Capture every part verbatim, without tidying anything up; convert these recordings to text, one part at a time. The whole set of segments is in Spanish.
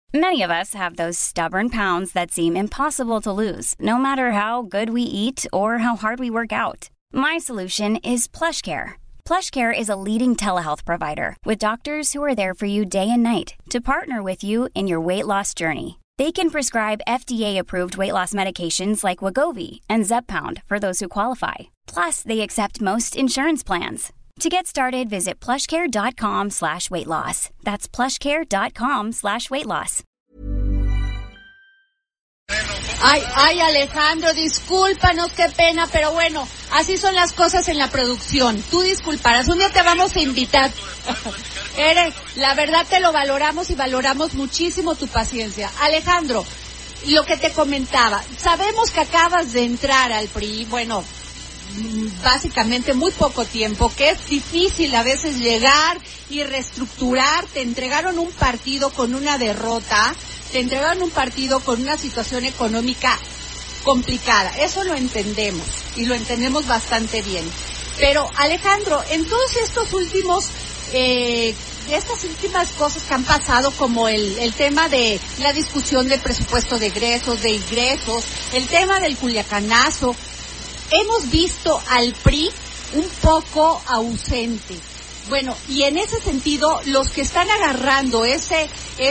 Many of us have those stubborn pounds that seem impossible to lose, no matter how good we eat or how hard we work out. My solution is PlushCare. PlushCare is a leading telehealth provider with doctors who are there for you day and night to partner with you in your weight loss journey. They can prescribe F D A-approved weight loss medications like Wegovy and Zepbound for those who qualify. Plus, they accept most insurance plans. To get started, visit plushcare.com slash weight loss. That's plushcare.com slash weight loss. Ay, ay, Alejandro, discúlpanos, qué pena, pero bueno, así son las cosas en la producción. Tú disculparás, un día te vamos a invitar. Eres, la verdad te lo valoramos y valoramos muchísimo tu paciencia. Alejandro, lo que te comentaba, sabemos que acabas de entrar al P R I, bueno, básicamente muy poco tiempo, que es difícil a veces llegar y reestructurar. Te entregaron un partido con una derrota, te entregaron un partido con una situación económica complicada, eso lo entendemos y lo entendemos bastante bien. Pero Alejandro, en todos estos últimos eh, estas últimas cosas que han pasado, como el, el tema de la discusión del presupuesto de egresos, de ingresos, el tema del culiacanazo, hemos visto al P R I un poco ausente. Bueno, y en ese sentido, los que están agarrando ese,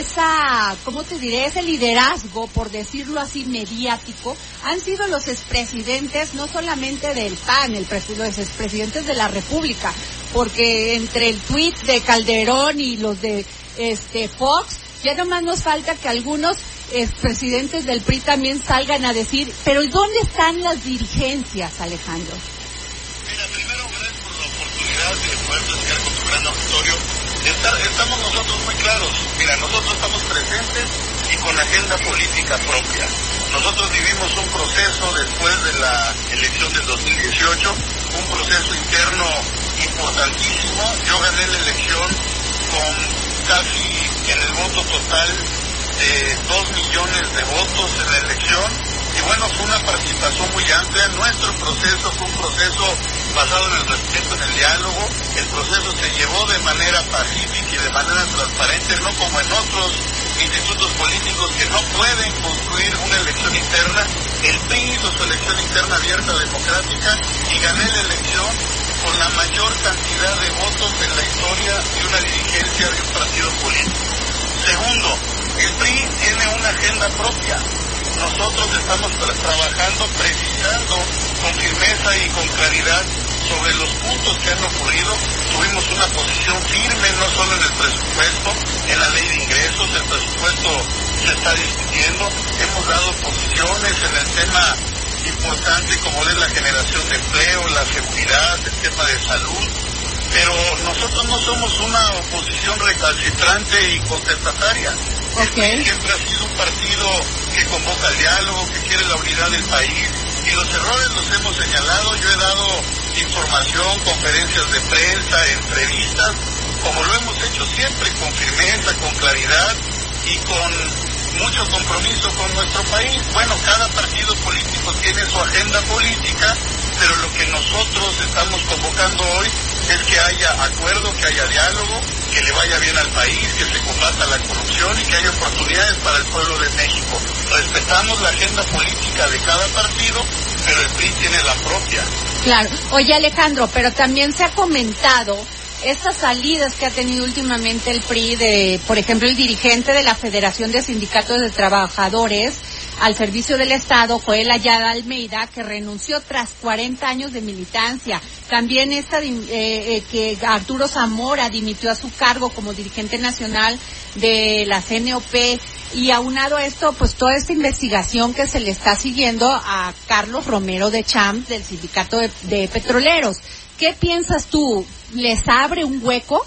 esa, ¿cómo te diré? Ese liderazgo, por decirlo así, mediático, han sido los expresidentes, no solamente del P A N, el pres- los expresidentes de la República, porque entre el tuit de Calderón y los de este Fox, ya nomás nos falta que algunos expresidentes del P R I también salgan a decir, pero ¿dónde están las dirigencias, Alejandro? Mira, primero, gracias por la oportunidad de poder platicar con tu gran auditorio. Está, estamos nosotros muy claros. Mira, nosotros estamos presentes y con agenda política propia. Nosotros vivimos un proceso después de la elección del dos mil dieciocho, un proceso interno importantísimo. Yo gané la elección con casi en el voto total de dos millones de votos en la elección, y bueno, fue una participación muy amplia. Nuestro proceso fue un proceso basado en el respeto, en el diálogo. El proceso se llevó de manera pacífica y de manera transparente, no como en otros institutos políticos que no pueden construir una elección interna. El P R I hizo su elección interna abierta, democrática, y gané la elección con la mayor cantidad de votos en la historia de una dirigencia de un partido político. Segundo, el P R I tiene una agenda propia. Nosotros estamos tra- trabajando, precisando con firmeza y con claridad sobre los puntos que han ocurrido. Tuvimos una posición firme, no solo en el presupuesto, en la ley de ingresos. El presupuesto se está discutiendo. Hemos dado posiciones en el tema importante como es la generación de empleo, la seguridad, el tema de salud. Pero nosotros no somos una oposición recalcitrante y contestataria. Okay. Siempre ha sido un partido que convoca al diálogo, que quiere la unidad del país, y los errores los hemos señalado. Yo he dado información, conferencias de prensa, entrevistas, como lo hemos hecho siempre, con firmeza, con claridad y con mucho compromiso con nuestro país. Bueno, cada partido político tiene su agenda política, pero lo que nosotros estamos convocando hoy es que haya acuerdo, que haya diálogo, que le vaya bien al país, que se combata la corrupción y que haya oportunidades para el pueblo de México. Respetamos la agenda política de cada partido, pero el P R I tiene la propia. Claro. Oye, Alejandro, pero también se ha comentado estas salidas que ha tenido últimamente el P R I de, por ejemplo, el dirigente de la Federación de Sindicatos de Trabajadores al servicio del Estado, Joel Ayala Almeida, que renunció tras cuarenta años de militancia. También esta eh, eh, que Arturo Zamora dimitió a su cargo como dirigente nacional de la C N O P, y aunado a esto, pues toda esta investigación que se le está siguiendo a Carlos Romero de Champs del Sindicato de, de Petroleros. ¿Qué piensas tú? ¿Les abre un hueco?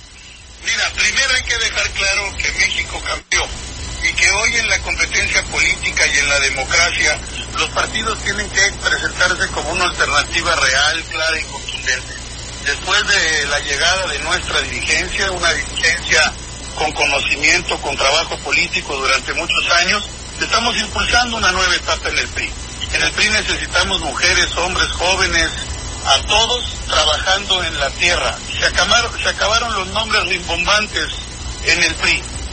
Mira, primero hay que dejar claro que México cambió y que hoy en la competencia política y en la democracia los partidos tienen que presentarse como una alternativa real, clara y contundente. Después de la llegada de nuestra dirigencia, una dirigencia con conocimiento, con trabajo político durante muchos años, estamos impulsando una nueva etapa en el P R I. En el P R I necesitamos mujeres, hombres, jóvenes, a todos trabajando en la tierra. Se acabaron, se acabaron los nombres rimbombantes en el P R I.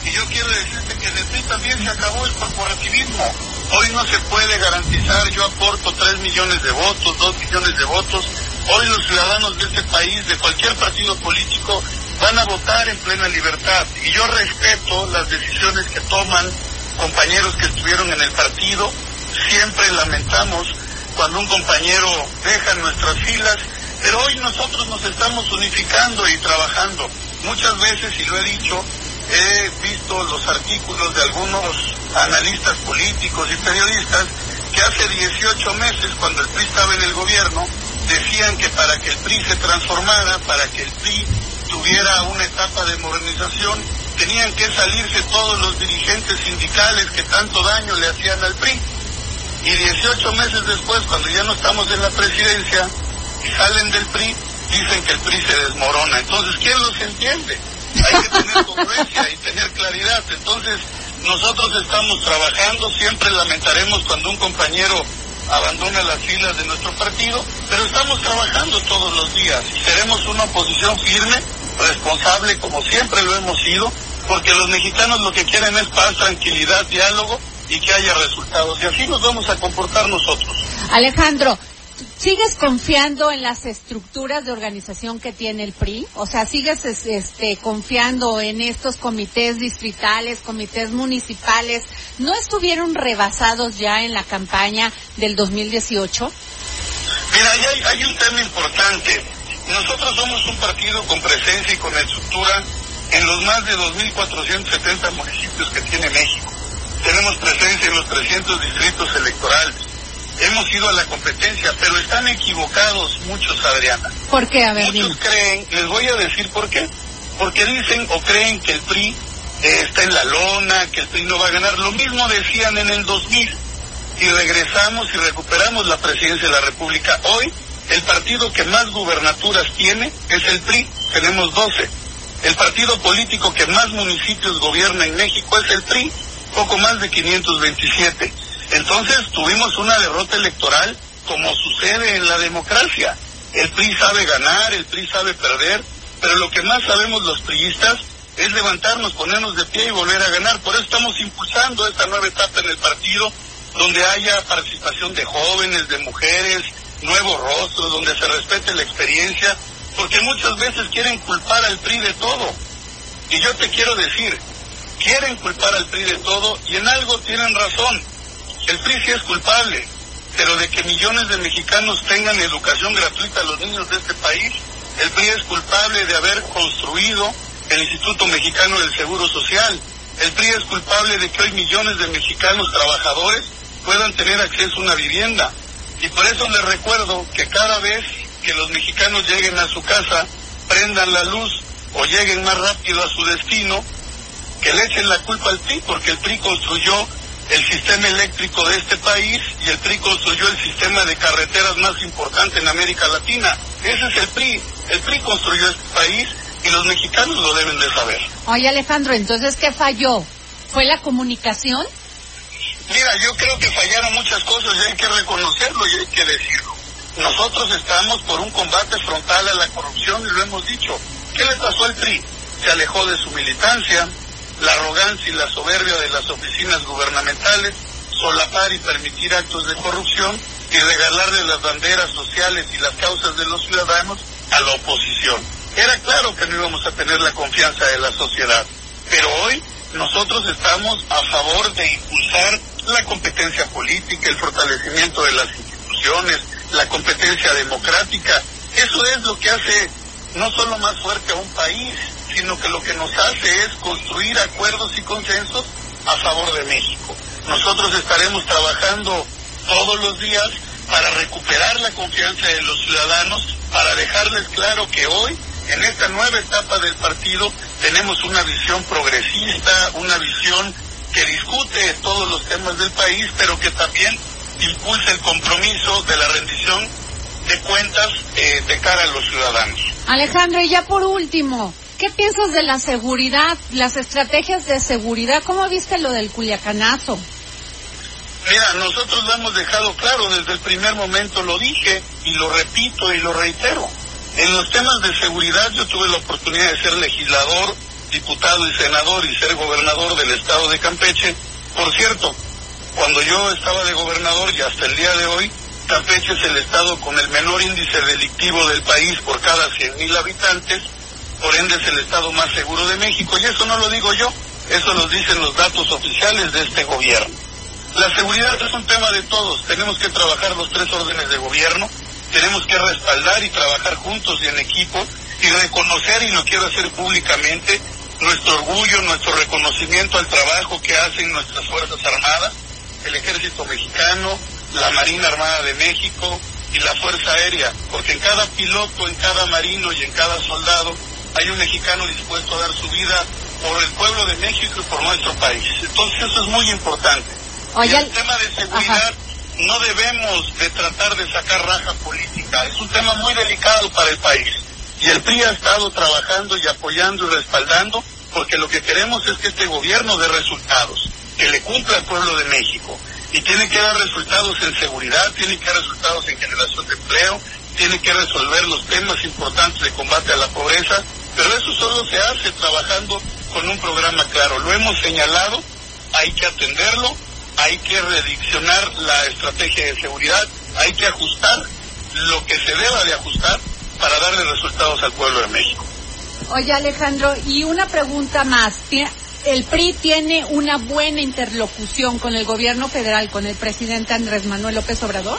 Y yo quiero decirte que en el P R I también se acabó el corporativismo. Hoy no se puede garantizar, yo aporto tres millones de votos, dos millones de votos. Hoy los ciudadanos de este país, de cualquier partido político, van a votar en plena libertad. Y yo respeto las decisiones que toman compañeros que estuvieron en el partido. Siempre lamentamos cuando un compañero deja nuestras filas, pero hoy nosotros nos estamos unificando y trabajando. Muchas veces, y lo he dicho, he visto los artículos de algunos analistas políticos y periodistas que hace dieciocho meses, cuando el P R I estaba en el gobierno, decían que para que el P R I se transformara, para que el P R I tuviera una etapa de modernización, tenían que salirse todos los dirigentes sindicales que tanto daño le hacían al P R I. Y dieciocho meses después, cuando ya no estamos en la presidencia y salen del P R I, dicen que el P R I se desmorona. Entonces, ¿quién los entiende? Hay que tener congruencia y tener claridad. Entonces, nosotros estamos trabajando, siempre lamentaremos cuando un compañero abandona las filas de nuestro partido, pero estamos trabajando todos los días y seremos una oposición firme, responsable, como siempre lo hemos sido, porque los mexicanos lo que quieren es paz, tranquilidad, diálogo y que haya resultados, y así nos vamos a comportar nosotros. Alejandro, ¿sigues confiando en las estructuras de organización que tiene el P R I? O sea, ¿sigues este, confiando en estos comités distritales, comités municipales? ¿No estuvieron rebasados ya en la campaña del dos mil dieciocho? Mira, hay, hay un tema importante. Nosotros somos un partido con presencia y con estructura en los más de dos mil cuatrocientos setenta municipios que tiene México. Tenemos presencia en los trescientos distritos electorales. Hemos ido a la competencia, pero están equivocados muchos, Adriana. ¿Por qué? A ver, muchos dime. creen, les voy a decir por qué. Porque dicen o creen que el P R I eh, está en la lona, que el P R I no va a ganar. Lo mismo decían en el dos mil. Y regresamos y recuperamos la presidencia de la República. Hoy, el partido que más gubernaturas tiene es el P R I. Tenemos doce. El partido político que más municipios gobierna en México es el P R I. Poco más de quinientos veintisiete. Entonces tuvimos una derrota electoral como sucede en la democracia. El P R I sabe ganar, el P R I sabe perder, pero lo que más sabemos los priistas es levantarnos, ponernos de pie y volver a ganar. Por eso estamos impulsando esta nueva etapa en el partido, donde haya participación de jóvenes, de mujeres, nuevos rostros, donde se respete la experiencia, porque muchas veces quieren culpar al P R I de todo. Y yo te quiero decir, quieren culpar al P R I de todo y en algo tienen razón. El P R I sí es culpable, pero de que millones de mexicanos tengan educación gratuita a los niños de este país, el P R I es culpable de haber construido el Instituto Mexicano del Seguro Social. El P R I es culpable de que hoy millones de mexicanos trabajadores puedan tener acceso a una vivienda. Y por eso les recuerdo que cada vez que los mexicanos lleguen a su casa, prendan la luz o lleguen más rápido a su destino, que le echen la culpa al P R I, porque el P R I construyó el sistema eléctrico de este país y el P R I construyó el sistema de carreteras más importante en América Latina. Ese es el P R I. El P R I construyó este país y los mexicanos lo deben de saber. Oye, Alejandro, ¿entonces qué falló? ¿Fue la comunicación? Mira, yo creo que fallaron muchas cosas y hay que reconocerlo y hay que decirlo. Nosotros estamos por un combate frontal a la corrupción y lo hemos dicho. ¿Qué le pasó al P R I? Se alejó de su militancia, la arrogancia y la soberbia de las oficinas gubernamentales, solapar y permitir actos de corrupción y regalarle las banderas sociales y las causas de los ciudadanos a la oposición. Era claro que no íbamos a tener la confianza de la sociedad, pero hoy nosotros estamos a favor de impulsar la competencia política, el fortalecimiento de las instituciones, la competencia democrática. Eso es lo que hace no solo más fuerte a un país, sino que lo que nos hace es construir acuerdos y consensos a favor de México. Nosotros estaremos trabajando todos los días para recuperar la confianza de los ciudadanos, para dejarles claro que hoy, en esta nueva etapa del partido, tenemos una visión progresista, una visión que discute todos los temas del país, pero que también impulsa el compromiso de la rendición de cuentas eh, de cara a los ciudadanos. Alejandro, y ya por último, ¿qué piensas de la seguridad, las estrategias de seguridad? ¿Cómo viste lo del Culiacanazo? Mira, nosotros lo hemos dejado claro, desde el primer momento lo dije, y lo repito y lo reitero. En los temas de seguridad yo tuve la oportunidad de ser legislador diputado y senador y ser gobernador del estado de Campeche. Por cierto, cuando yo estaba de gobernador y hasta el día de hoy, Campeche es el estado con el menor índice delictivo del país por cada cien mil habitantes, por ende es el estado más seguro de México, y eso no lo digo yo, eso lo dicen los datos oficiales de este gobierno. La seguridad es un tema de todos, tenemos que trabajar los tres órdenes de gobierno, tenemos que respaldar y trabajar juntos y en equipo, y reconocer, y lo quiero hacer públicamente, nuestro orgullo, nuestro reconocimiento al trabajo que hacen nuestras Fuerzas Armadas, el Ejército Mexicano, la Marina Armada de México y la Fuerza Aérea, porque en cada piloto, en cada marino y en cada soldado hay un mexicano dispuesto a dar su vida por el pueblo de México y por nuestro país. Entonces eso es muy importante. Oye, y el tema de seguridad, ajá, no debemos de tratar de sacar raja política, es un tema muy delicado para el país. Y el P R I ha estado trabajando y apoyando y respaldando, porque lo que queremos es que este gobierno dé resultados, que le cumpla al pueblo de México. Y tiene que dar resultados en seguridad, tiene que dar resultados en generación de empleo, tiene que resolver los temas importantes de combate a la pobreza, pero eso solo se hace trabajando con un programa claro. Lo hemos señalado, hay que atenderlo, hay que rediccionar la estrategia de seguridad, hay que ajustar lo que se deba de ajustar para darle resultados al pueblo de México. Oye, Alejandro, y una pregunta más. ¿El P R I tiene una buena interlocución con el gobierno federal, con el presidente Andrés Manuel López Obrador?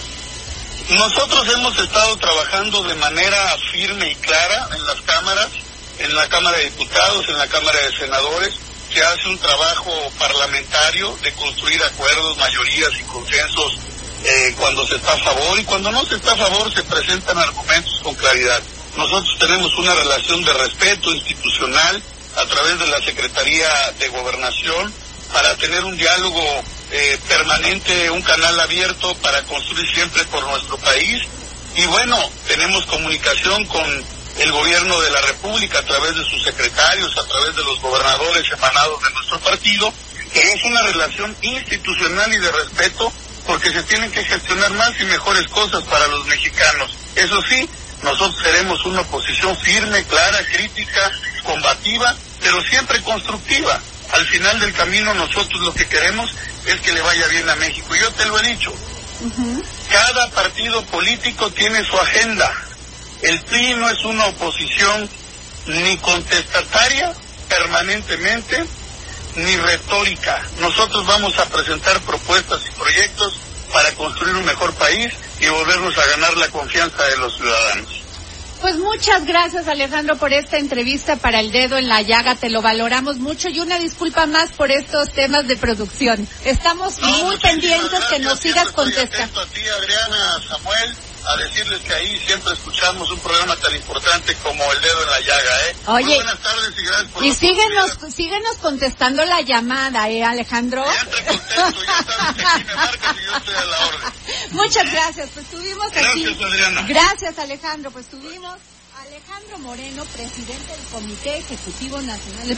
Nosotros hemos estado trabajando de manera firme y clara en las cámaras, en la Cámara de Diputados, en la Cámara de Senadores. Se hace un trabajo parlamentario de construir acuerdos, mayorías y consensos eh, cuando se está a favor, y cuando no se está a favor se presentan argumentos con claridad. Nosotros tenemos una relación de respeto institucional a través de la Secretaría de Gobernación para tener un diálogo eh, permanente, un canal abierto para construir siempre por nuestro país. Y bueno, tenemos comunicación con el gobierno de la República a través de sus secretarios, a través de los gobernadores emanados de nuestro partido, que es una relación institucional y de respeto, porque se tienen que gestionar más y mejores cosas para los mexicanos. Eso sí, nosotros seremos una oposición firme, clara, crítica, combativa, pero siempre constructiva. Al final del camino nosotros lo que queremos es que le vaya bien a México. Yo te lo he dicho, uh-huh. Cada partido político tiene su agenda. El P R I no es una oposición ni contestataria permanentemente, ni retórica. Nosotros vamos a presentar propuestas y proyectos para construir un mejor país y volvernos a ganar la confianza de los ciudadanos. Pues muchas gracias, Alejandro, por esta entrevista para El Dedo en la Llaga. Te lo valoramos mucho, y una disculpa más por estos temas de producción. Estamos no, muy pendientes gracias, que nos sigas contestando. A ti, Adriana, Samuel, a decirles que ahí siempre escuchamos un programa tan importante como El Dedo en la Llaga, ¿eh? Oye, muy buenas tardes y gracias por y la síguenos, síguenos contestando la llamada, ¿eh, Alejandro? Ya te contesto, ya sabes que aquí me marcas y yo estoy a la orden. Muchas gracias, pues tuvimos aquí. Gracias, Adriana. Gracias, Alejandro, pues tuvimos a Alejandro Moreno, presidente del Comité Ejecutivo Nacional.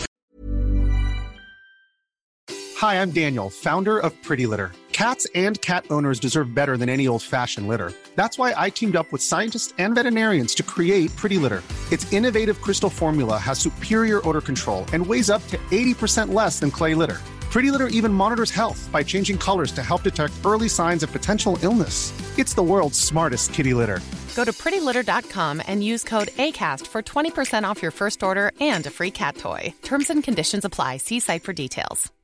Hi, I'm Daniel, founder of Pretty Litter. Cats and cat owners deserve better than any old-fashioned litter. That's why I teamed up with scientists and veterinarians to create Pretty Litter. Its innovative crystal formula has superior odor control and weighs up to eighty percent less than clay litter. Pretty Litter even monitors health by changing colors to help detect early signs of potential illness. It's the world's smartest kitty litter. Go to pretty litter dot com and use code ACAST for twenty percent off your first order and a free cat toy. Terms and conditions apply. See site for details.